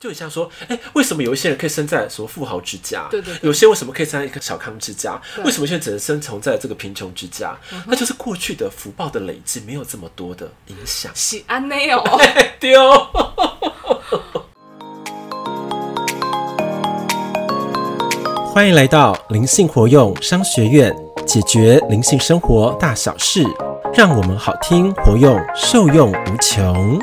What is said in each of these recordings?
就很像说，为什么有一些人可以生在什么富豪之家？ 对， 有些为什么可以生在一个小康之家？为什么现在只能生存在这个贫穷之家？那就是过去的福报的累积没有这么多的影响。 是安内哦， 对哦。欢迎来到灵性活用商学院，解决灵性生活大小事，让我们好听活用，受用无穷。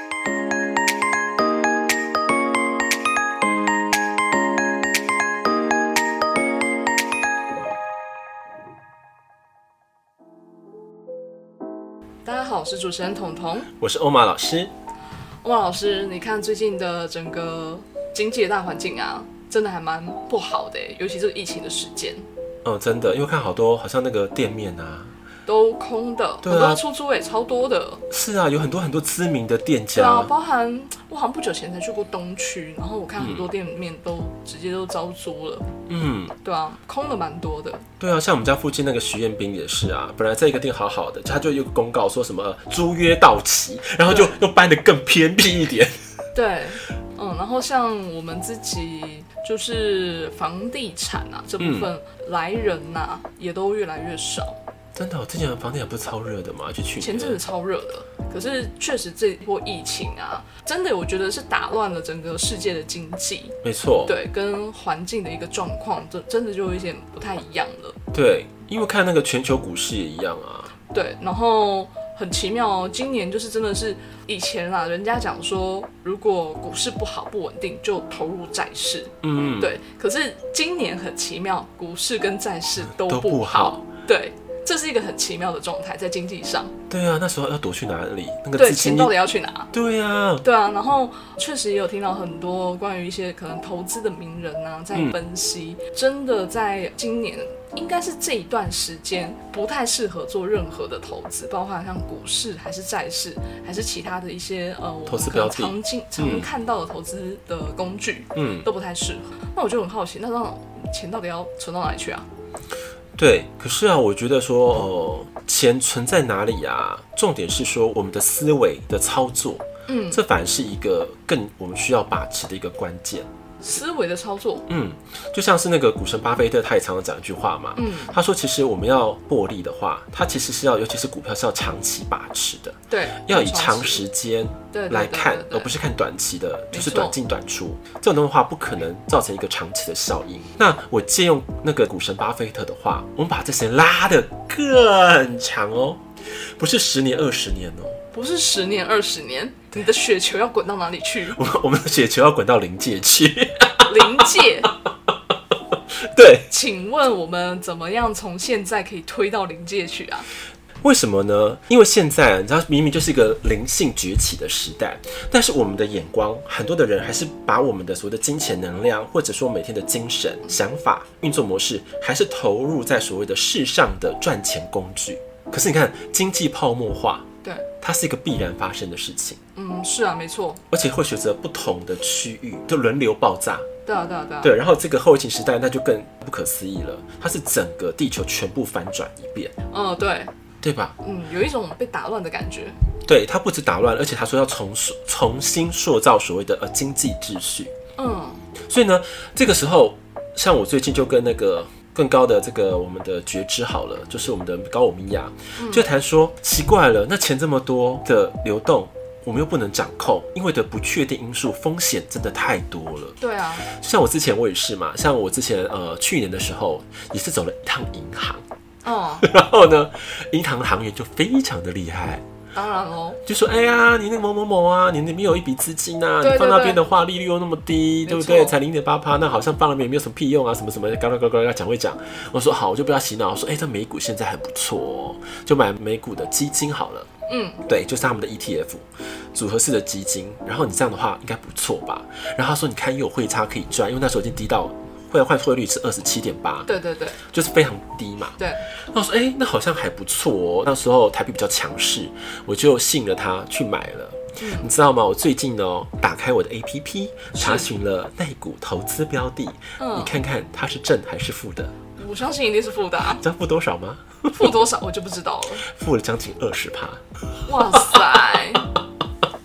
大家好，我是主持人彤彤， 我是欧玛老师。 欧玛老师，你看最近的整个经济的大环境啊，真的还蛮不好的，尤其这个疫情的时间。 真的，因为看好多好像那个店面啊都空的， 对啊， 很多出租也超多的。 是啊，有很多知名的店家。 对啊，包含我好像不久前才去过东区，然后我看很多店面都直接都招租了。对啊，空的蛮多的。 对啊，像我们家附近那个徐彦斌也是啊，本来在一个店好好的，他就有个公告说什么租约到期，然后就又搬得更偏僻一点。 对，然后像我们自己就是房地产啊这部分来人啊也都越来越少。 真的，之前房地产不是超热的吗？就去年前阵子超热的，可是确实这一波疫情啊，真的我觉得是打乱了整个世界的经济。 没错， 对，跟环境的一个状况，真的就有一点不太一样了。 对，因为看那个全球股市也一样啊。 对，然后很奇妙哦，今年就是真的是以前啊，人家讲说，如果股市不好不稳定，就投入债市。对。可是今年很奇妙，股市跟债市都不好。对。这是一个很奇妙的状态，在经济上。 对啊，那时候要躲去哪里？那个对，钱到底要去哪？ 对啊， 对啊。然后确实也有听到很多关于一些可能投资的名人啊，在分析，真的在今年应该是这一段时间不太适合做任何的投资，包括像股市还是债市，还是其他的一些投资标的， 常看到的投资的工具，都不太适合。那我就很好奇，那让钱到底要存到哪里去啊？ 对，可是啊，我觉得说，钱存在哪里啊？重点是说我们的思维的操作，这反而是一个更我们需要把持的一个关键。 思维的操作， 就像是那个股神巴菲特，他也常常讲一句话嘛，他说其实我们要获利的话，他其实是要，尤其是股票是要长期把持的， 对， 要以长时间来看，而不是看短期的，就是短进短出，这种东西的话不可能造成一个长期的效应。那我借用那个股神巴菲特的话，我们把这时间拉得更长哦，不是10年20年哦。 不是10年20年，你的雪球要滚到哪里去？ 我们的雪球要滚到临界去。 临界？ 对。 请问我们怎么样从现在可以推到临界去啊？ 为什么呢？因为现在你知道，明明就是一个灵性崛起的时代，但是我们的眼光，很多的人还是把我们的所谓的金钱能量，或者说每天的精神、想法、运作模式，还是投入在所谓的世上的赚钱工具。可是你看，经济泡沫化。 对， 它是一个必然发生的事情。 是啊，没错。而且会随着不同的区域就轮流爆炸。 对啊。 对，然后这个后疫情时代那就更不可思议了，它是整个地球全部翻转一遍。 对。 对吧？ 有一种被打乱的感觉。对， 它不止打乱，而且他说要重新塑造所谓的经济秩序。所以呢，这个时候，像我最近就跟那个。更高的这个我们的觉知好了，就是我们的高我米亚，就谈说奇怪了，那钱这么多的流动，我们又不能掌控，因为的不确定因素，风险真的太多了。 对啊， 就像我之前我也是嘛，像我之前去年的时候也是走了一趟银行，然后呢，银行的行员就非常的厉害。 当然喽， 就说哎呀，你那个某某某啊，你那边有一笔资金啊，你放那边的话，利率又那么低，对不对？才0.8%，那好像放那边也没有什么屁用啊，什么什么，嘎讲会讲。我说好，我就不要洗脑。我说这美股现在很不错哦，就买美股的基金好了。对，就是他们的 ETF 组合式的基金。然后你这样的话应该不错吧？然后他说你看又有汇差可以赚，因为那时候已经低到。换汇率是27.8， 对， 就是非常低嘛。 对， 那我说，那好像还不错哦。那时候台币比较强势，我就信了他去买了。你知道吗？我最近呢，打开我的 APP， 查询了类股投资标的，你看看它是正还是负的？ 我相信一定是负的啊。 你知道负多少吗？ 负多少我就不知道了。 负了将近20%。 哇塞！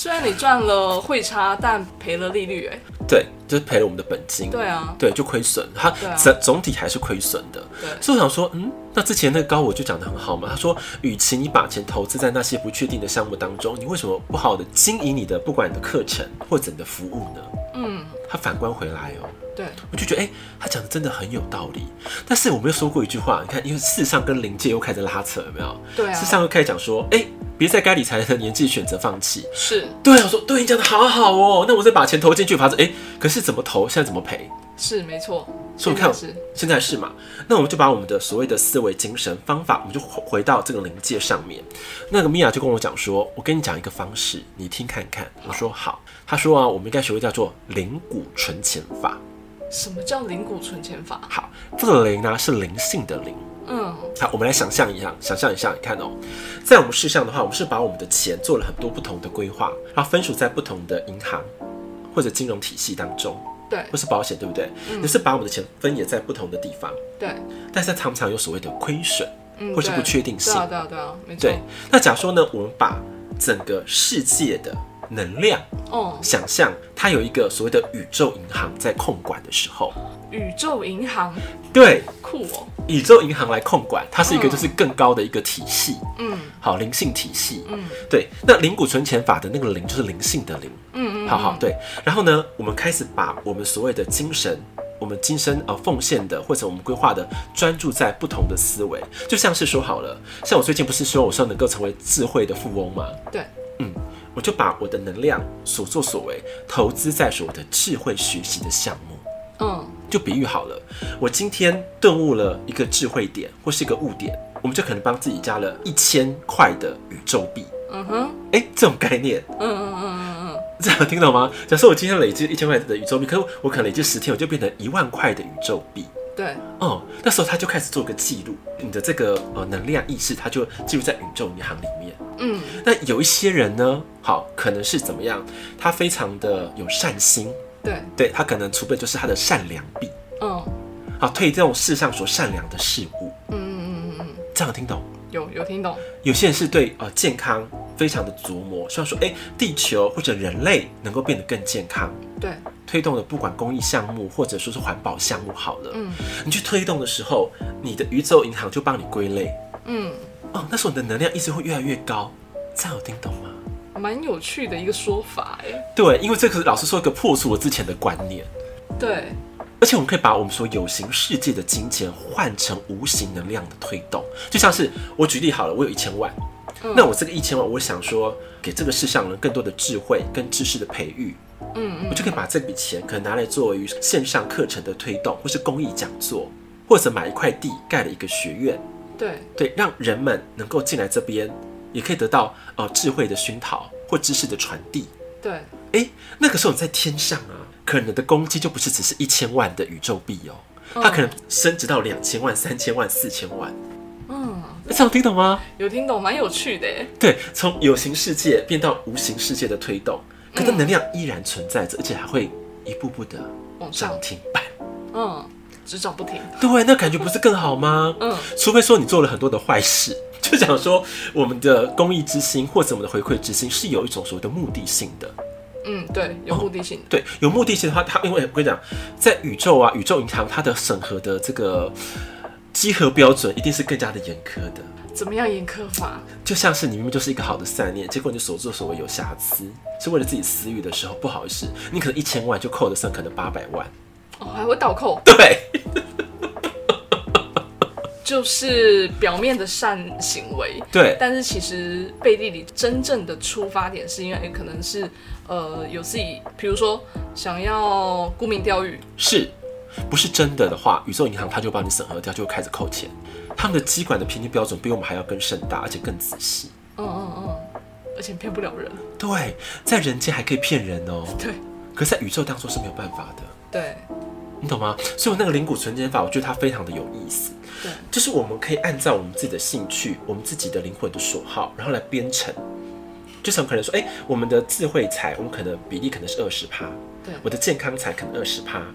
虽然你赚了汇差，但赔了利率， 对，就是赔了我们的本金。 对啊， 对，就亏损，它总体还是亏损的。 对， 所以我想说，那之前那个高我就讲得很好嘛，他说，与其你把钱投资在那些不确定的项目当中，你为什么不好的经营你的不管你的课程或者你的服务呢？他反观回来对， 我就觉得，他讲的真的很有道理。但是我们又说过一句话，你看，因为世上跟灵界又开始拉扯，有没有？ 对啊。 世上又开始讲说，别在该理财的年纪选择放弃。 是。 对，我说，对你讲的好好哦。那我再把钱投进去，发现，可是怎么投，现在怎么赔？ 是，没错。 所以我看现在是嘛？那我们就把我们的所谓的思维、精神、方法，我们就回到这个灵界上面。那个米娅就跟我讲说，我跟你讲一个方式，你听看看。我说好。他说啊，我们应该学会叫做灵骨存钱法。 什么叫灵骨存钱法？ 好，这个灵呢是灵性的灵。好，我们来想象一下，你看哦，在我们世上的话，我们是把我们的钱做了很多不同的规划，然后分属在不同的银行或者金融体系当中， 对， 或是保险，对不对？你是把我们的钱分野在不同的地方， 对， 但是它常常有所谓的亏损，或是不确定性， 对啊，没错。 对，那假如说呢，我们把整个世界的能量，想象它有一个所谓的宇宙银行在控管的时候， 宇宙银行， 对， 酷哦， 宇宙银行来控管，它是一个就是更高的一个体系，好，灵性体系，对，那灵骨存钱法的那个灵就是灵性的灵，好，对，然后呢，我们开始把我们所谓的精神。我们今生奉献的，或者我们规划的，专注在不同的思维，就像是说好了，像我最近不是说我说能够成为智慧的富翁吗？ 对， 我就把我的能量所作所为投资在所谓的智慧学习的项目。就比喻好了，我今天顿悟了一个智慧点或是一个悟点，我们就可能帮自己加了1000块的宇宙币。这种概念，这样听懂吗？假设我今天累积1000块的宇宙币，可是我可能累积10天，我就变成1万块的宇宙币。 对， 那时候他就开始做个记录，你的这个能量意识，它就记录在宇宙銀行里面。那有一些人呢，好，可能是怎么样？他非常的有善心，对，他可能储备就是他的善良币。好，对这种世上所善良的事物。这样听懂？ 有听懂。 有些人是对健康非常的琢磨，希望说，地球或者人类能够变得更健康。 对， 推动的不管公益项目或者说是环保项目好了，你去推动的时候，你的宇宙银行就帮你归类。那时候你的能量意识会越来越高。这样有听懂吗？ 蛮有趣的一个说法对，因为这个老实说一个破除我之前的观念。 对。 而且我们可以把我们所有形世界的金钱换成无形能量的推动，就像是我举例好了，我有1000万，那我这个1000万，我想说给这个世上人更多的智慧跟知识的培育，我就可以把这笔钱可能拿来作为线上课程的推动，或是公益讲座，或者买一块地盖了一个学院，对，让人们能够进来这边，也可以得到智慧的熏陶或知识的传递。 对， 那个时候你在天上啊。可能的攻击就不是只是1000万的宇宙币它可能升值到2000万、3000万、4000万。这样听懂吗？ 有听懂，蛮有趣的耶。 对，从有形世界变到无形世界的推动，可是能量依然存在着，而且还会一步步的涨停板。 只涨不停。 对，那感觉不是更好吗？除非说你做了很多的坏事，就讲说我们的公益之心或者我们的回馈之心是有一种所谓的目的性的。 对，有目的性的。 对，有目的性的话，因为我跟你讲，在宇宙宇宙银行它的审核的这个稽核标准一定是更加的严苛的。 怎么样严苛法？ 就像是你明明就是一个好的善念，结果你所作所为有瑕疵，是为了自己私欲的时候，不好意思，你可能1000万就扣得上可能800万。 还会倒扣。 对。 就是表面的善行为， 对， 但是其实背地里真正的出发点是因为可能是有自己，比如说想要沽名钓誉， 是不是真的话，宇宙银行它就帮你审核掉，就开始扣钱。他们的机管的评定标准比我们还要更盛大，而且更仔细。 而且骗不了人。 对，在人间还可以骗人哦。 对， 可是在宇宙当中是没有办法的。 对， 你懂吗？所以我那个灵骨存钱法，我觉得它非常的有意思。 对， 就是我们可以按照我们自己的兴趣，我们自己的灵魂的所好，然后来编程。就像可能说，我们的智慧财，我们可能比例可能是20%， 对， 我的健康财可能20%，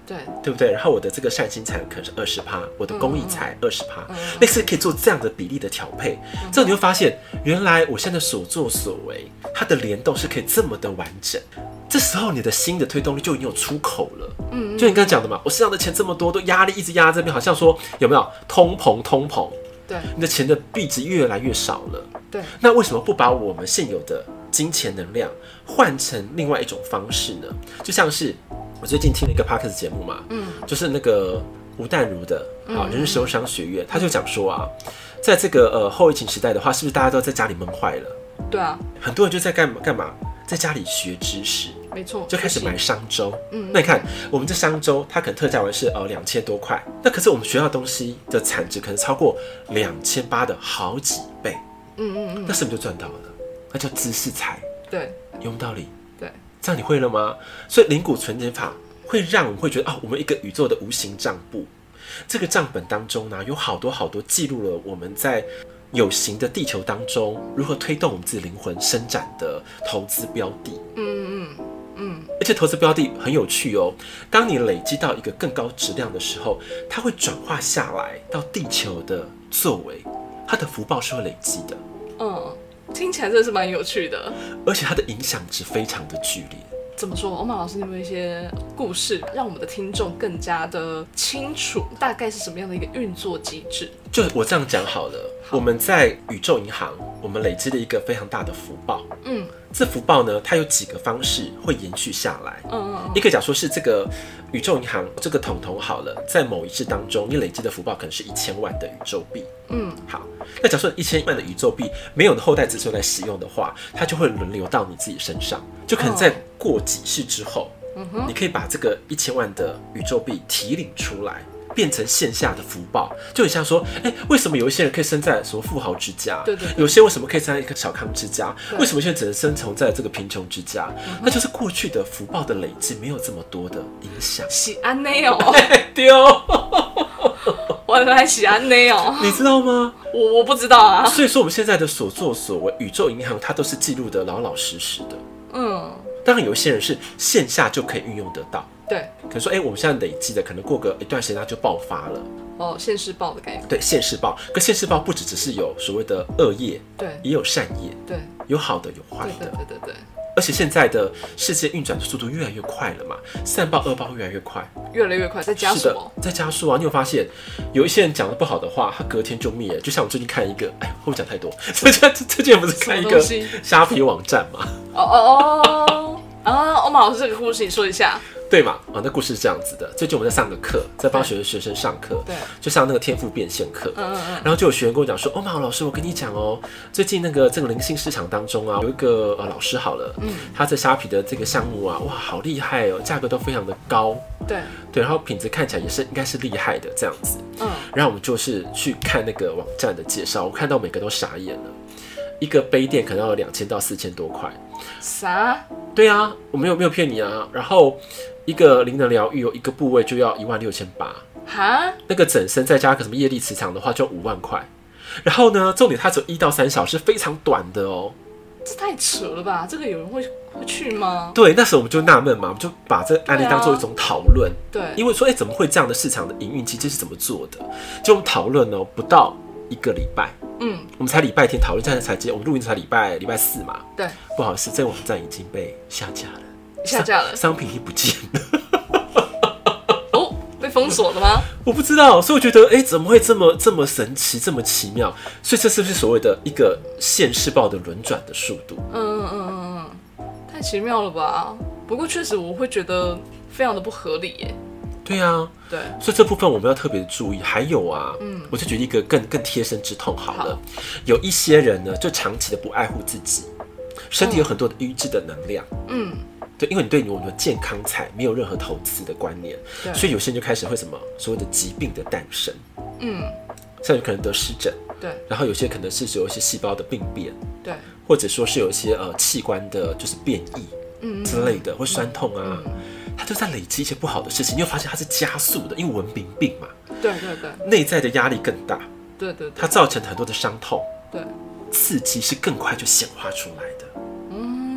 对不对？然后我的这个善心财可能是20%，我的公益财20%，类似可以做这样的比例的调配。之后你会发现，原来我现在所作所为，它的联动是可以这么的完整。这时候你的新的推动力就已经有出口了。就你刚才讲的嘛，我身上的钱这么多，都压力一直压在这边，好像说有没有通膨？ 对， 你的钱的币值越来越少了。 对， 那为什么不把我们现有的金钱能量换成另外一种方式呢？就像是我最近听了一个 podcast 节目嘛，就是那个吴淡如的人生实用商学院，他就讲说啊，在这个后疫情时代的话，是不是大家都在家里闷坏了？ 对啊， 很多人就在干嘛？在家里学知识。 没错， 就开始买商周。那你看，我们这商周它可能特价完是2000多块，那可是我们学到的东西的产值可能超过2800的好几倍。那是不是就赚到了？那叫知识财。 对， 有没有道理？ 对， 这样你会了吗？所以零股存钱法会让我们会觉得我们一个宇宙的无形账簿，这个账本当中呢，有好多记录了我们在有形的地球当中如何推动我们自己灵魂伸展的投资标的。而且投资标的很有趣哦。当你累积到一个更高质量的时候，它会转化下来到地球的作为，它的福报是会累积的。 听起来真的是蛮有趣的， 而且它的影响值非常的剧烈。 怎么说？欧玛老师，你有没有一些故事，让我们的听众更加的清楚，大概是什么样的一个运作机制？ 就我这样讲好了，我们在宇宙银行，我们累积了一个非常大的福报。这福报呢，它有几个方式会延续下来。一个假说是这个宇宙银行这个统好了，在某一世当中，你累积的福报可能是1000万的宇宙币。好，那假设1000万的宇宙币没有后代子孙来使用的话，它就会轮流到你自己身上，就可能在过几世之后，你可以把这个1000万的宇宙币提领出来，变成线下的福报。就很像说，为什么有一些人可以生在什么富豪之家？对，有些为什么可以生在一个小康之家？为什么现在只能生存在这个贫穷之家？那就是过去的福报的累积没有这么多的影响。 是安内哦， 对哦， 原来是安内哦， 你知道吗？ 我不知道啊。 所以说我们现在的所作所为，宇宙银行它都是记录的老实的。当然有一些人是线下就可以运用得到。对，可能说，我们现在累积的，可能过个一段时间它就爆发了。现世报的概念。对，现世报。可现世报不只是有所谓的恶业，对，也有善业，对，有好的有坏的，对。而且现在的世界运转的速度越来越快了嘛，善报恶报越来越快，在加速。是的，在加速啊！你有发现有一些人讲的不好的话，他隔天就灭了。就像我最近看一个，会不会讲太多？最近不是看一个虾皮网站嘛？ 欧玛老师，这个故事你说一下。 对嘛？那故事是这样子的。最近我们在上个课，在帮学生上课，对，就上那个天赋变现课。然后就有学员跟我讲说：“欧玛老师，我跟你讲哦，最近这个灵性市场当中啊，有一个老师好了，他在虾皮的这个项目啊，哇，好厉害哦，价格都非常的高，对，然后品质看起来也是应该是厉害的这样子。然后我们就是去看那个网站的介绍，我看到每个都傻眼了。一个杯垫可能要2000到4000多块。 啥？对啊，我没有骗你啊。然后一个灵能疗愈有一个部位就要16800。哈？那个整身再加个什么业力磁场的话，就5万块。然后呢，重点它只有1到3小时，非常短的哦。 这太扯了吧？这个有人会去吗？ 对，那时候我们就纳闷嘛，我们就把这个案例当做一种讨论。对，因为说，怎么会这样的市场的营运机制是怎么做的？就我们讨论哦，不到1个礼拜。我们才礼拜天讨论，这样才接。我们录音才礼拜4嘛。对，不好意思，这个网站已经被下架了，商品已经不见了。 被封锁了吗？ 我不知道，所以我觉得，怎么会这么神奇，这么奇妙？所以这是不是所谓的一个现世报的轮转的速度？ 太奇妙了吧？不过确实我会觉得非常的不合理耶。 对啊，对，所以这部分我们要特别注意。还有啊，我就举一个更贴身之痛好了。有一些人呢，就长期的不爱护自己，身体有很多的瘀滞的能量。对，因为你对我们的健康财没有任何投资的观念，所以有些人就开始会什么所谓的疾病的诞生。像有可能得湿疹，对，然后有些可能是有一些细胞的病变，对，或者说是有一些器官的就是变异之类的，会酸痛啊。它就在累积一些不好的事情，你会发现它是加速的，因为文明病嘛，对，内在的压力更大，对，它造成很多的伤痛，对，刺激是更快就显化出来的，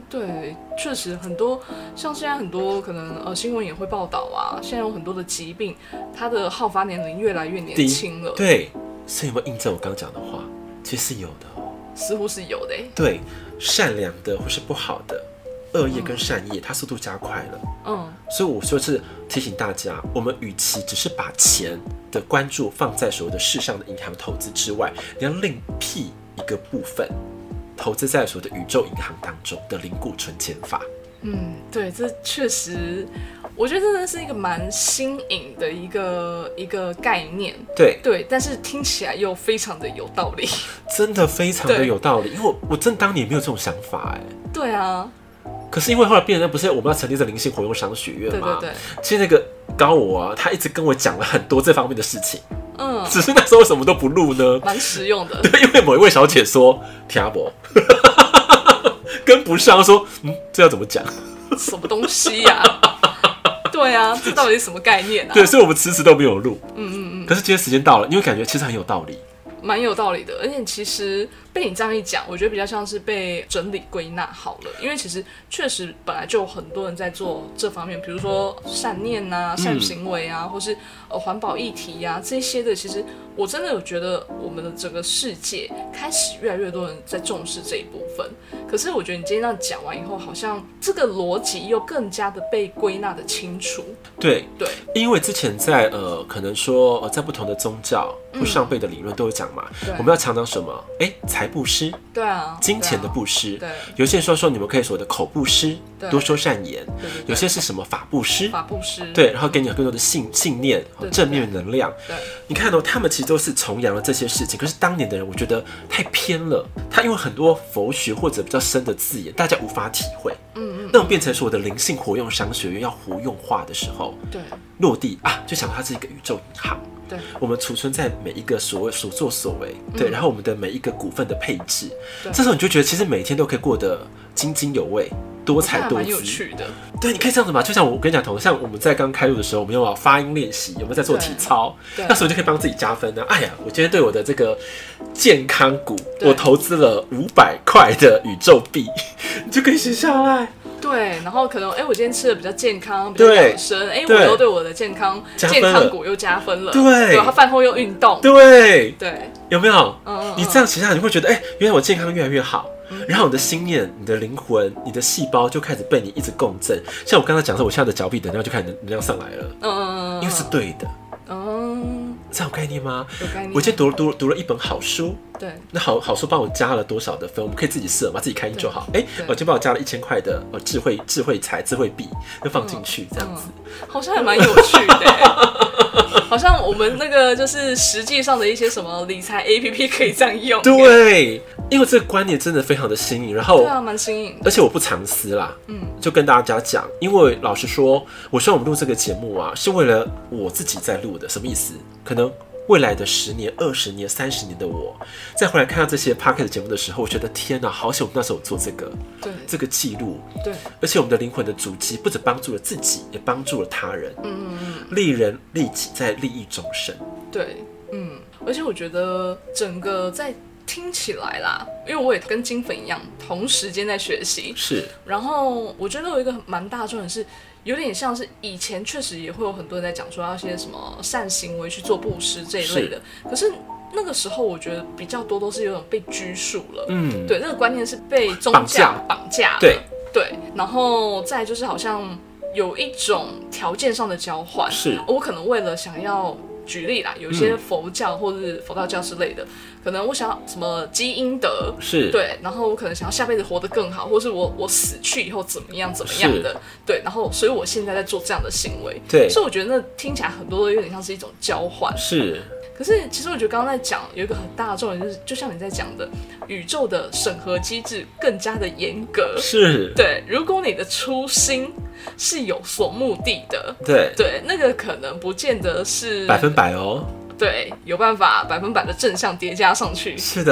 对，确实很多，像现在很多可能新闻也会报道啊，现在有很多的疾病，它的好发年龄越来越年轻了。 对，所以有没有印证我刚讲的话？其实是有的哦， 似乎是有的。 对，善良的或是不好的恶业跟善业，它速度加快了。所以我就是提醒大家，我们与其只是把钱的关注放在所谓的世上的银行投资之外，你要另辟一个部分。投资在所谓的宇宙银行当中的零股存钱法。 对，这确实，我觉得真的是一个蛮新颖的一个概念。对，但是听起来又非常的有道理， 真的非常的有道理。因为我真的当年没有这种想法对啊。 可是因为后来变成不是我们要成立这灵性活用商学院嘛？ 对。 其实那个高我啊，他一直跟我讲了很多这方面的事情。只是那时候为什么都不录呢？ 蛮实用的。 对，因为某一位小姐说听不跟不上，说这要怎么讲？ 什么东西呀？对啊，这到底是什么概念啊？ 对，所以我们迟迟都没有录。可是今天时间到了，因为感觉其实很有道理。 蛮有道理的，而且其实被你这样一讲，我觉得比较像是被整理归纳好了。因为其实确实本来就有很多人在做这方面，比如说善念啊、善行为啊，或是环保议题啊这些的。其实我真的有觉得我们的整个世界开始越来越多人在重视这一部分。可是我觉得你今天这样讲完以后，好像这个逻辑又更加的被归纳的清楚。 对，因为之前在可能说在不同的宗教或上辈的理论都有讲嘛，我们要常常什么？财布施， 对啊， 金钱的布施， 对， 有些人说你们可以说的口布施，多说善言， 对， 有些是什么法布施， 对， 然后给你更多的信念、正面能量。 对， 你看他们其实都是崇洋了这些事情，可是当年的人我觉得太偏了，他因为很多佛学或者比较深的字眼，大家无法体会。那种变成说我的灵性活用商学院要活用化的时候， 对， 落地啊，就想它是一个宇宙银行。 对， 我们储存在每一个所作所为，对，然后我们的每一个股份的配置，这时候你就觉得其实每天都可以过得津津有味、多彩多姿， 蛮有趣的。 对，你可以这样子嘛，就像我跟你讲，像我们在刚开录的时候，我们有发音练习，有没有在做体操？那时候就可以帮自己加分呢。哎呀，我今天对我的这个健康股，我投资了500块的宇宙币，你就可以写下来。 对，然后可能我今天吃的比较健康，比较养生，我又对我的健康股又加分了。对，然后饭后又运动。 对，有没有？你这样写下来，你会觉得原来我健康越来越好。然后你的心念、你的灵魂、你的细胞就开始被你一直共振。像我刚才讲说，我现在的脚壁能量就开始能量上来了。因为是对的。这样有概念吗？ 有概念。 我今天读了一本好书， 对， 那好书帮我加了多少的分？我们可以自己设嘛，自己开印就好。我今天帮我加了1000块的智慧财、智慧币，就放进去这样子， 好像还蛮有趣的。好像我们那个就是实际上的一些什么理财 APP 可以这样用。 对，因为这个观念真的非常的新颖，然后对啊，蛮新颖的， 而且我不藏私啦，就跟大家讲，因为老实说，我希望我们录这个节目啊，是为了我自己在录的。什么意思？可能未来的10年、20年、30年的我，再回来看到这些 Podcast 节目的时候，我觉得天哪，好险我们那时候做这个， 对， 这个记录， 对， 而且我们的灵魂的足迹不只帮助了自己，也帮助了他人，利人利己，在利益众生。 对，而且我觉得整个在听起来啦，因为我也跟金粉一样，同时间在学习， 是， 然后我觉得有一个蛮大众的是。有点像是以前确实也会有很多人在讲说要些什么善行为去做布施这一类的，可是那个时候我觉得比较多都是有种被拘束了，对，那个观念是被宗教绑架了，对，然后再就是好像有一种条件上的交换， 是我可能为了想要举例啦，有些佛教或者是佛道教之类的，可能我想要什么积阴德， 是对，然后我可能想要下辈子活得更好，或是我死去以后怎么样的，对，然后所以我现在在做这样的行为， 对， 所以我觉得那听起来很多都有点像是一种交换， 是。 可是其实我觉得刚刚在讲有一个很大的重点，就是就像你在讲的，宇宙的审核机制更加的严格， 是对。如果你的初心是有所目的的，对，那个可能不见得是 100%哦， 对，有办法100%的正向叠加上去， 是的。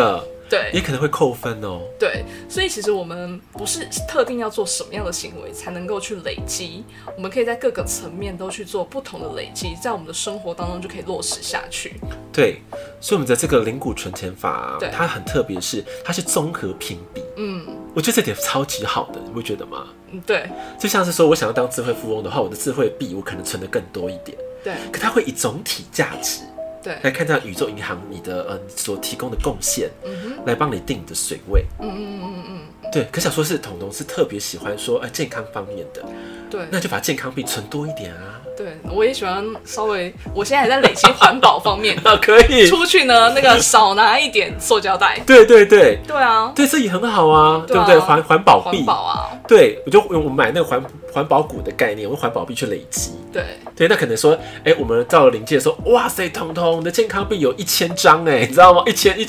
对， 也可能会扣分哦。 对，所以其实我们不是特定要做什么样的行为才能够去累积，我们可以在各个层面都去做不同的累积，在我们的生活当中就可以落实下去。 对，所以我们的这个零股存钱法啊， 对， 它很特别，是它是综合评比。我觉得这点超级好的，你会觉得吗？ 对， 就像是说我想要当智慧富翁的话，我的智慧币我可能存得更多一点。 对， 可它会以总体价值。 对， 来看到宇宙银行你的所提供的贡献，来帮你定你的水位。对，可想说是彤彤是特别喜欢说健康方面的， 对， 那就把健康币存多一点啊。 对，我也喜欢稍微，我现在还在累积环保方面的， 可以出去呢那个少拿一点塑胶袋。 对对对， 对啊， 对，这也很好啊，对不对？环保币， 环保啊， 对，我买那个环保股的概念，用环保币去累积。对，那可能说，我们到了临界的时候，哇塞，彤彤，你的健康币有1000张你知道吗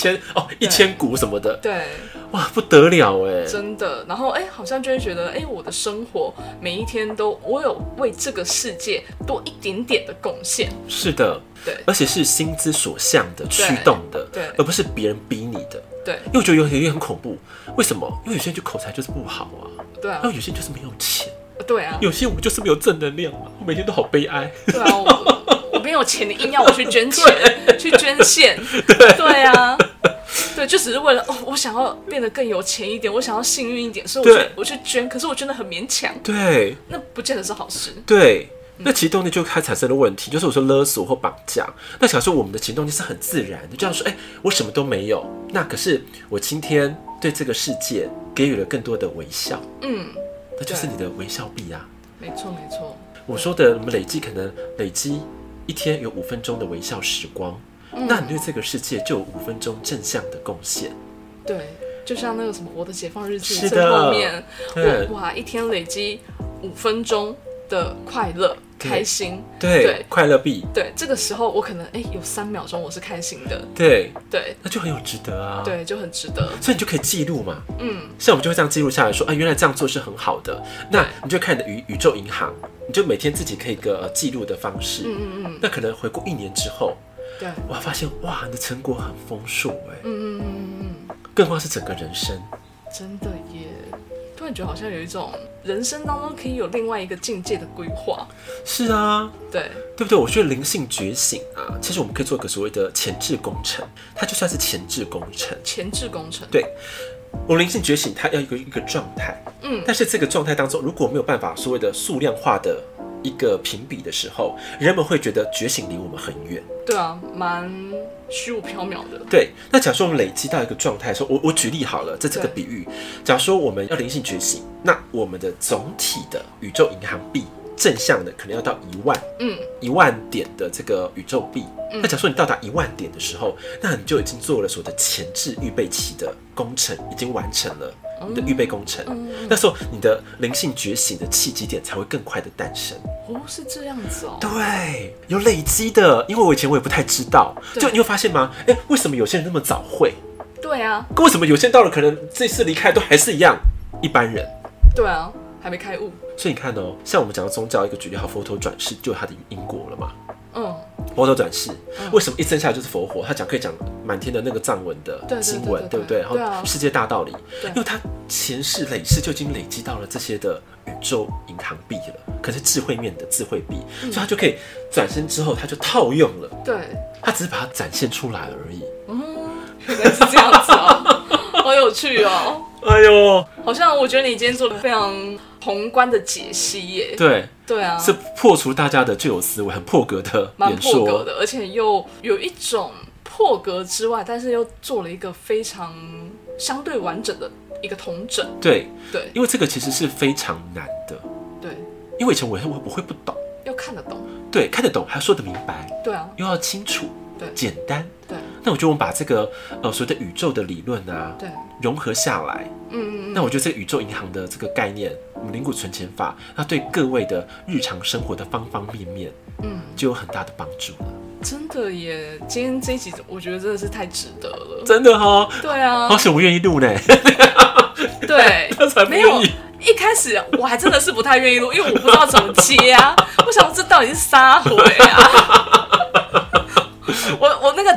？1000股什么的， 对。 哇，不得了真的。然后好像就会觉得我的生活每一天都我有为这个世界多一点点的贡献。 是的， 对， 而且是心之所向的驱动的， 对， 而不是别人逼你的。 对， 因为我觉得有些人很恐怖，为什么？因为有些人就口才就是不好啊， 对啊， 然后有些人就是没有钱， 对啊， 有些人我们就是没有正能量啊，我每天都好悲哀。 对啊，我没有钱，你硬要我去捐钱去捐献，对啊。对，就只是为了我想要变得更有钱一点，我想要幸运一点，所以我去捐，可是我捐得很勉强， 对， 那不见得是好事。 对，那其实动力就开始产生了问题，就是我说勒索或绑架。那想说我们的行动力是很自然的，就像说，我什么都没有，那可是我今天对这个世界给予了更多的微笑，那就是你的微笑币啊。 没错没错， 我说的我们累积可能累积一天有5分钟的微笑时光。那你对这个世界就有5分钟正向的贡献。 对，就像那个什么我的解放日记最后面，哇，一天累积5分钟的快乐开心， 对，快乐币， 对，这个时候我可能有3秒钟我是开心的， 对， 那就很有值得啊， 对，就很值得， 所以你就可以记录嘛，像我们就会这样记录下来说，原来这样做是很好的，那你就看你的宇宙银行，你就每天自己可以一个记录的方式，那可能回顾1年之后。对，我发现哇，你的成果很丰硕更何况是整个人生， 真的耶！突然觉得好像有一种人生当中可以有另外一个境界的规划。是啊， 对不对？我觉得灵性觉醒啊，其实我们可以做一个所谓的前置工程，它就算是前置工程。 前置工程， 对。我灵性觉醒，它要一个状态，但是这个状态当中，如果没有办法所谓的数量化的一个评比的时候，人们会觉得觉醒离我们很远。 对啊，蛮虚无缥缈的。 对，那假如说我们累积到一个状态的时候，我举例好了，这个比喻，假如说我们要灵性觉醒，那我们的总体的宇宙银行币正向的可能要到1万，1万点的这个宇宙币。那假如说你到达1万点的时候，那你就已经做了所谓的前置预备期的工程，已经完成了你的预备工程。那时候你的灵性觉醒的契机点才会更快的诞生。 是这样子哦。 对，有累积的，因为我以前我也不太知道，就你会发现吗？为什么有些人那么早会？ 对啊。 为什么有些人到了可能这次离开都还是一样一般人？ 对啊，还没开悟。 所以你看哦，像我们讲到宗教一个举例，好，佛陀转世就有他的因果了嘛。佛陀转世，为什么一生下来就是佛火？他可以讲满天的那个藏文的经文，对不对？然后世界大道理，因为他前世累世就已经累积到了这些的宇宙银行币了，可是智慧面的智慧币，所以他就可以转身之后他就套用了。对，他只是把它展现出来而已。 原来是这样子哦，好有趣哦。 哎呦， 好像我觉得你今天做的非常宏观的解析耶。对啊， 是破除大家的旧有思维，很破格的演说， 蛮破格的，而且又有一种破格之外，但是又做了一个非常相对完整的一个统整。对， 因为这个其实是非常难的。对，因为以前我会不懂， 要看得懂。对， 看得懂，还要说得明白。 对啊， 又要清楚。对，简单。 对， 那我觉得我们把这个所谓的宇宙的理论啊，对，融合下来，那我觉得这个宇宙银行的这个概念，我们零股存钱法，它对各位的日常生活的方方面面，就有很大的帮助了。 真的耶，今天这一集我觉得真的是太值得了， 真的哈。 对啊， 好险我愿意录呢。 对，他才不愿意。一开始我还真的是不太愿意录，因为我不知道怎么接啊。我想这到底是啥回啊？我那个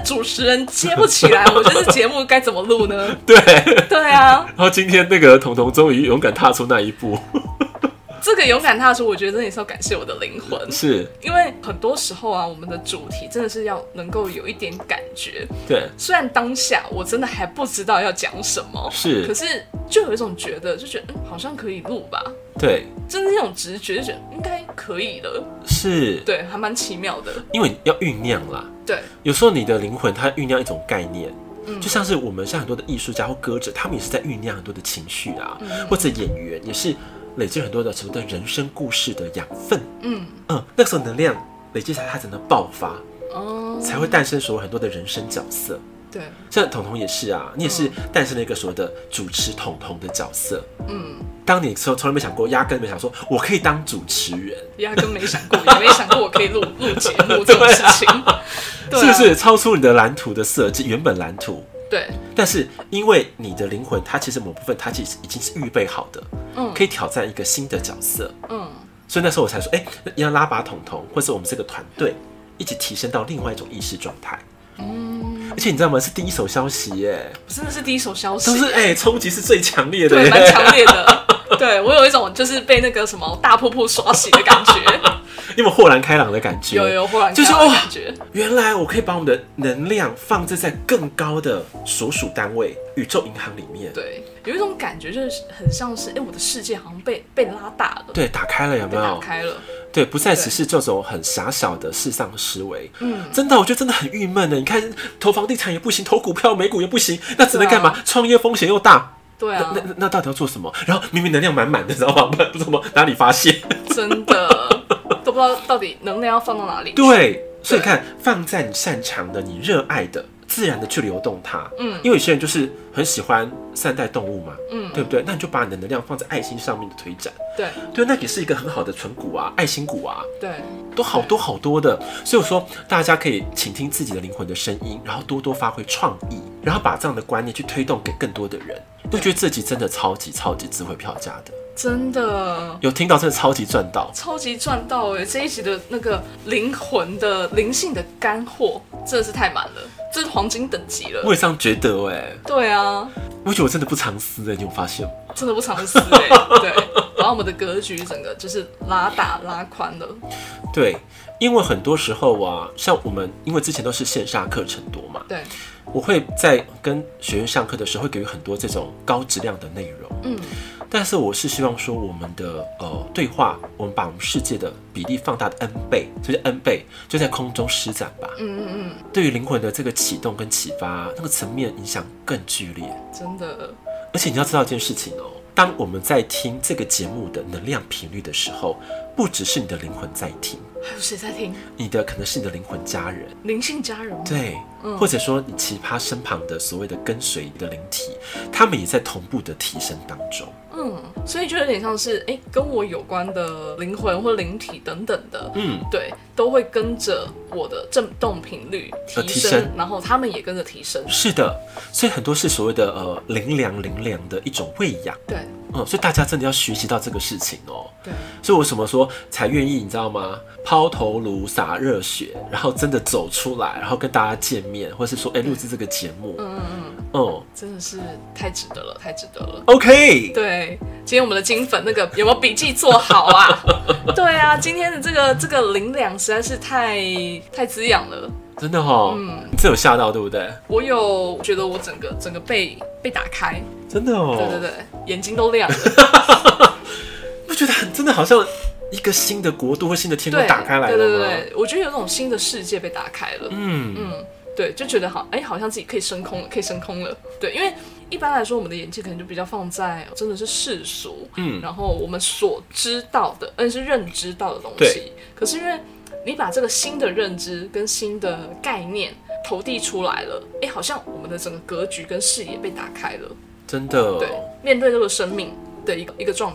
主持人接不起来，我觉得节目该怎么录呢？ 对啊。 然后今天那个彤彤终于勇敢踏出那一步。 这个勇敢踏出，我觉得真的也是要感谢我的灵魂， 是因为很多时候啊，我们的主题真的是要能够有一点感觉。 对， 虽然当下我真的还不知道要讲什么， 是， 可是就有一种觉得，好像可以录吧。 对， 真的那种直觉，就觉得应该可以了。 是， 对，还蛮奇妙的。 因为要酝酿啦。 对， 有时候你的灵魂它酝酿一种概念。就像是我们像很多的艺术家或歌者，他们也是在酝酿很多的情绪啊，或者演员也是累积很多的什么的人生故事的养分。那个时候能量累积才它才能爆发，才会诞生所有很多的人生角色。 对， 像彤彤也是啊，你也是诞生了一个所谓的主持彤彤的角色。当你从来没想过，压根没想说我可以当主持人， 压根没想过，也没想过我可以录节目这种事情。 是不是超出你的蓝图的设计原本蓝图？ 对。 但是因为你的灵魂，它其实某部分它其实已经是预备好的，可以挑战一个新的角色。所以那时候我才说，要拉拔彤彤，或是我们这个团队一起提升到另外一种意识状态。而且你知道吗？是第一手消息耶， 真的是第一手消息， 都是冲击是最强烈的， 对，蛮强烈的。对，我有一种就是被那个什么大瀑布刷洗的感觉， 有没有豁然开朗的感觉？ 有豁然开朗的感觉。 原来我可以把我们的能量放置在更高的所属单位宇宙银行里面。 对，有一种感觉就是很像是我的世界好像被拉大了， 对，打开了，有没有？ 被打开了。 对，不再只是这种很狭小的世上思维。真的，我觉得真的很郁闷的。你看，投房地产也不行，投股票、美股也不行，那只能干嘛？创业风险又大。 对啊， 那到底要做什么？然后明明能量满满的，知道吗？不知道哪里发现， 真的都不知道到底能量要放到哪里去。 对，所以你看，放在你擅长的、你热爱的，自然的去流动它。因为有些人就是很喜欢善待动物嘛，对不对？那你就把你的能量放在爱心上面的推展。对，那也是一个很好的纯股啊，爱心股啊， 对， 都好多好多的。所以我说，大家可以倾听自己的灵魂的声音，然后多多发挥创意，然后把这样的观念去推动给更多的人。我觉得这集真的超级超级智慧票价的， 真的有听到真的超级赚到， 超级赚到哎！这一集的那个灵魂的灵性的干货真的是太满了，这是黄金等级了。 我也这样觉得哎。 对啊， 我觉得我真的不藏私哎，你有发现吗？ 真的不藏私哎，对，把我们的格局整个就是拉大拉宽了。 对，因为很多时候啊，像我们因为之前都是线下课程多嘛， 对。 我会在跟学员上课的时候，会给予很多这种高质量的内容。但是我是希望说，我们的对话，我们把我们世界的比例放大的 N 倍，就是 N 倍，就在空中施展吧。对于灵魂的这个启动跟启发，那个层面影响更剧烈。 真的。 而且你要知道一件事情哦，当我们在听这个节目的能量频率的时候，不只是你的灵魂在听， 还有谁在听？ 你的可能是你的灵魂家人、 灵性家人吗？ 对，或者说你奇葩身旁的所谓的跟随的灵体，他们也在同步的提升当中。 所以就有点像是跟我有关的灵魂或灵体等等的，对，都会跟着我的振动频率提升，然后他们也跟着提升。 是的，所以很多是所谓的灵粮的一种喂养。 对。 所以大家真的要学习到这个事情哦。 对。 所以我什么说才愿意，你知道吗？抛头颅洒热血，然后真的走出来，然后跟大家见面，或是说录制这个节目。 真的是太值得了，太值得了。 OK。 对，今天我们的金粉那个有没有笔记做好啊？对啊，今天的这个灵粮实在是太滋养了。 真的哦，你这有吓到对不对？ 我有觉得我整个被打开， 真的哦， 对，眼睛都亮了。 我觉得真的好像一个新的国度或新的天空打开来了吗？ 对，我觉得有种新的世界被打开了。对，就觉得好像自己可以升空了，对，因为一般来说我们的眼界可能就比较放在真的是世俗，然后我们所知道的，是认知到的东西。可是因为你把这个新的认知跟新的概念投递出来了，好像我们的整个格局跟视野被打开了。 真的。 对，面对这个生命的一个状态。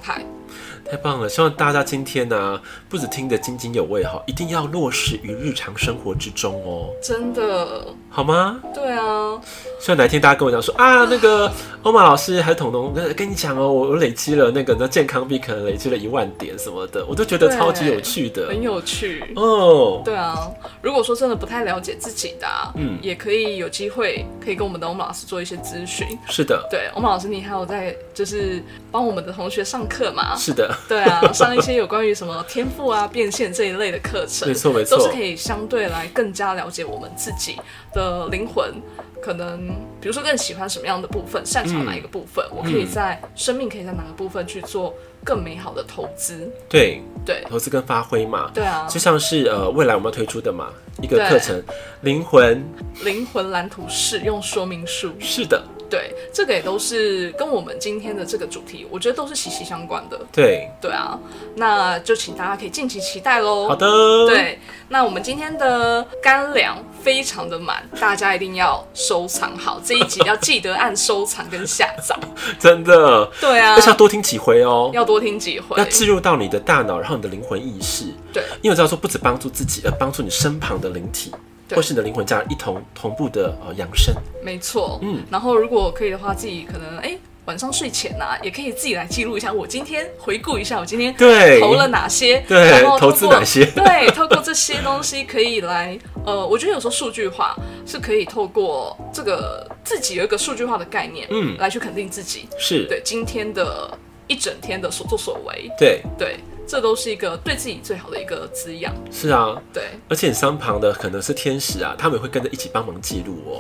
太棒了！希望大家今天呢、不止听得津津有味哈，一定要落实于日常生活之中哦。 真的， 好吗？ 对啊。 希望哪一天大家跟我讲说啊，那个欧玛老师还是彤彤跟你讲哦，我累积了那健康币，可能累积了1万点什么的，我都觉得超级有趣的， 很有趣哦。 对啊，如果说真的不太了解自己的、也可以有机会可以跟我们的欧玛老师做一些咨询。 是的， 对，欧玛老师，你还有在就是帮我们的同学上课嘛？ 是的， 对啊，上一些有关于什么天赋啊、变现这一类的课程， 没错没错， 都是可以相对来更加了解我们自己的灵魂。可能比如说更喜欢什么样的部分，擅长哪一个部分，我可以在生命可以在哪个部分去做更美好的投资。 对， 投资跟发挥嘛。 对啊， 就像是未来我们要推出的嘛一个课程，灵魂蓝图试用说明书。 是的。 对，这个也都是跟我们今天的这个主题，我觉得都是息息相关的。 对啊，那就请大家可以敬请期待咯。 好的。对， 那我们今天的干粮非常的满，大家一定要收藏好，这一集要记得按收藏跟下载。 真的。 对啊， 而且要多听几回哦， 要多听几回， 要置入到你的大脑，然后你的灵魂意识。 对， 因为我知道说不只帮助自己，而帮助你身旁的灵体。或是你的灵魂家人一同步的养生， 没错。然后如果可以的话，自己可能晚上睡前啊，也可以自己来记录一下，我今天回顾一下我今天投了哪些， 对， 然后投资哪些， 对，透过这些东西可以来我觉得有时候数据化是可以透过这个自己有一个数据化的概念，来去肯定自己， 是对今天的一整天的所作所为， 对。 这都是一个对自己最好的一个滋养。 是啊， 对， 而且你身旁的可能是天使啊，他们也会跟着一起帮忙记录哦。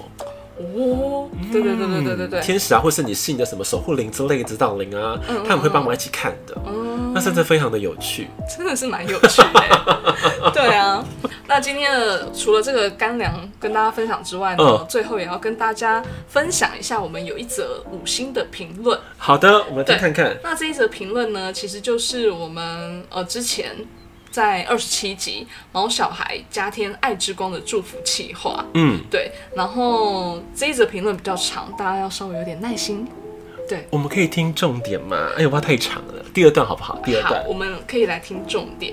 对， 天使啊，或是你信的什么守护灵之类的指导灵啊，他们会帮忙一起看的。那真的非常的有趣， 真的是蛮有趣的。对啊，那今天的除了这个干粮跟大家分享之外呢，最后也要跟大家分享一下，我们有一则5星的评论。 好的，我们来看看。 那这一则评论呢，其实就是我们之前在27集毛小孩加添爱之光的祝福企划。对。然后这一则评论比较长，大家要稍微有点耐心。对， 我们可以听重点吗？哎呦，怕太长了。第2段好不好？第2段， 好，我们可以来听重点。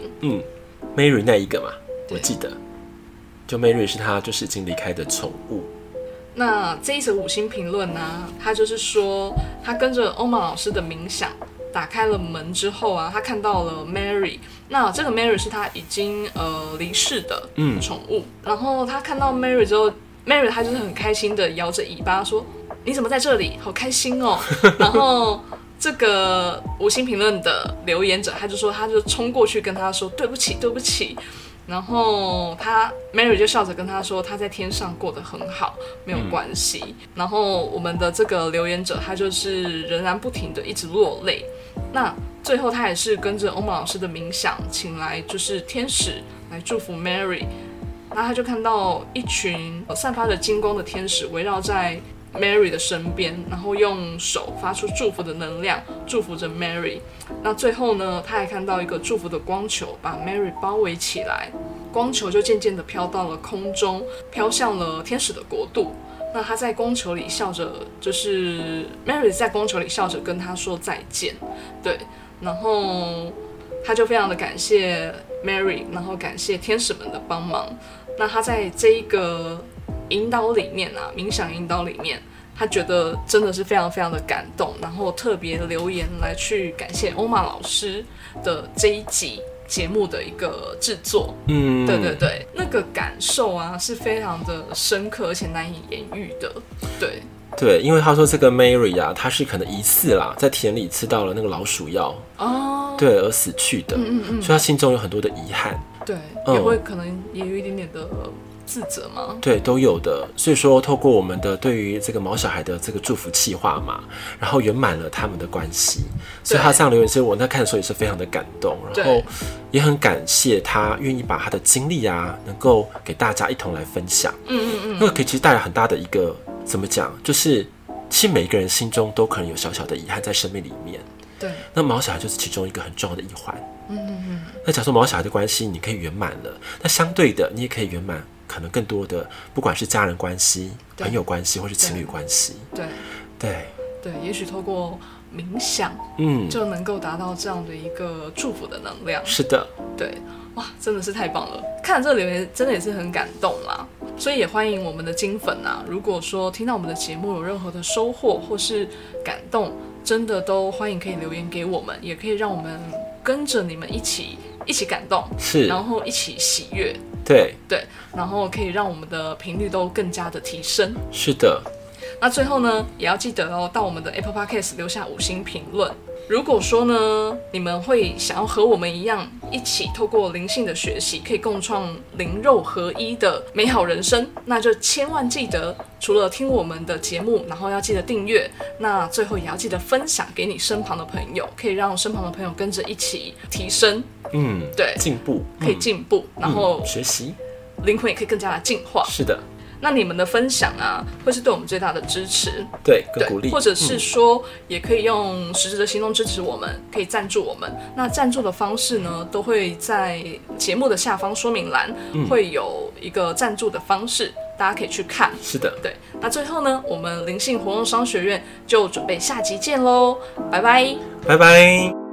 Mary 那一个嘛，我记得，就 Mary 是她就是已经离开的宠物。 那这一则5星评论呢，他就是说，他跟着欧玛老师的冥想，打开了门之后啊，他看到了 Mary。那这个 Mary 是他已经离世的宠物。然后他看到 Mary 之后，Mary 他就是很开心的摇着尾巴说：“你怎么在这里？好开心哦！”然后这个5星评论的留言者，他就冲过去跟他说：“对不起，对不起。”然后Mary 就笑着跟他说，他在天上过得很好，没有关系。然后我们的这个留言者，他就是仍然不停的一直落泪。那最后他也是跟着欧玛老师的冥想，请来就是天使来祝福 Mary。那他就看到一群散发着金光的天使围绕在Mary 的身边，然后用手发出祝福的能量，祝福着 Mary。那最后呢，他还看到一个祝福的光球把 Mary 包围起来，光球就渐渐的飘到了空中，飘向了天使的国度。那他在光球里笑着，就是 Mary 在光球里笑着跟他说再见。对，然后他就非常的感谢 Mary， 然后感谢天使们的帮忙。那他在这一个引导里面啊，冥想引导里面，他觉得真的是非常非常的感动，然后特别留言来去感谢欧玛老师的这一集节目的一个制作。对，那个感受啊是非常的深刻而且难以言喻的。对， 因为他说这个 Mary 啊，她是可能疑似啦，在田里吃到了那个老鼠药对而死去的，所以他心中有很多的遗憾。 对，也会可能也有一点点的自责吗？ 对，都有的。所以说，透过我们的对于这个毛小孩的这个祝福企划嘛，然后圆满了他们的关系。所以他这样留言，其实我在看的时候也是非常的感动，然后也很感谢他愿意把他的经历啊，能够给大家一同来分享。那个可以其实带来很大的一个怎么讲，就是其实每一个人心中都可能有小小的遗憾在生命里面。 对， 那毛小孩就是其中一个很重要的一环。那假如说毛小孩的关系你可以圆满了，那相对的你也可以圆满可能更多的，不管是家人关系、朋友关系，或是情侣关系。 对，也许透过冥想，就能够达到这样的一个祝福的能量。 是的， 对，哇，真的是太棒了！看这个留言真的也是很感动啦，所以也欢迎我们的金粉啊，如果说听到我们的节目有任何的收获或是感动，真的都欢迎可以留言给我们，也可以让我们跟着你们一起感动， 是， 然后一起喜悦， 对， 然后可以让我们的频率都更加的提升。 是的。 那最后呢，也要记得哦，到我们的 Apple Podcast 留下5星评论。如果说呢，你们会想要和我们一样，一起透过灵性的学习，可以共创灵肉合一的美好人生，那就千万记得，除了听我们的节目，然后要记得订阅，那最后也要记得分享给你身旁的朋友，可以让身旁的朋友跟着一起提升，对， 进步， 可以进步，然后学习， 灵魂也可以更加的进化。 是的。 那你们的分享啊，会是对我们最大的支持， 对，跟鼓励， 或者是说，也可以用实质的行动支持我们，可以赞助我们。那赞助的方式呢，都会在节目的下方说明栏，会有一个赞助的方式，大家可以去看。 是的， 对。那最后呢，我们灵性活动商学院就准备下集见喽，拜拜， 拜拜。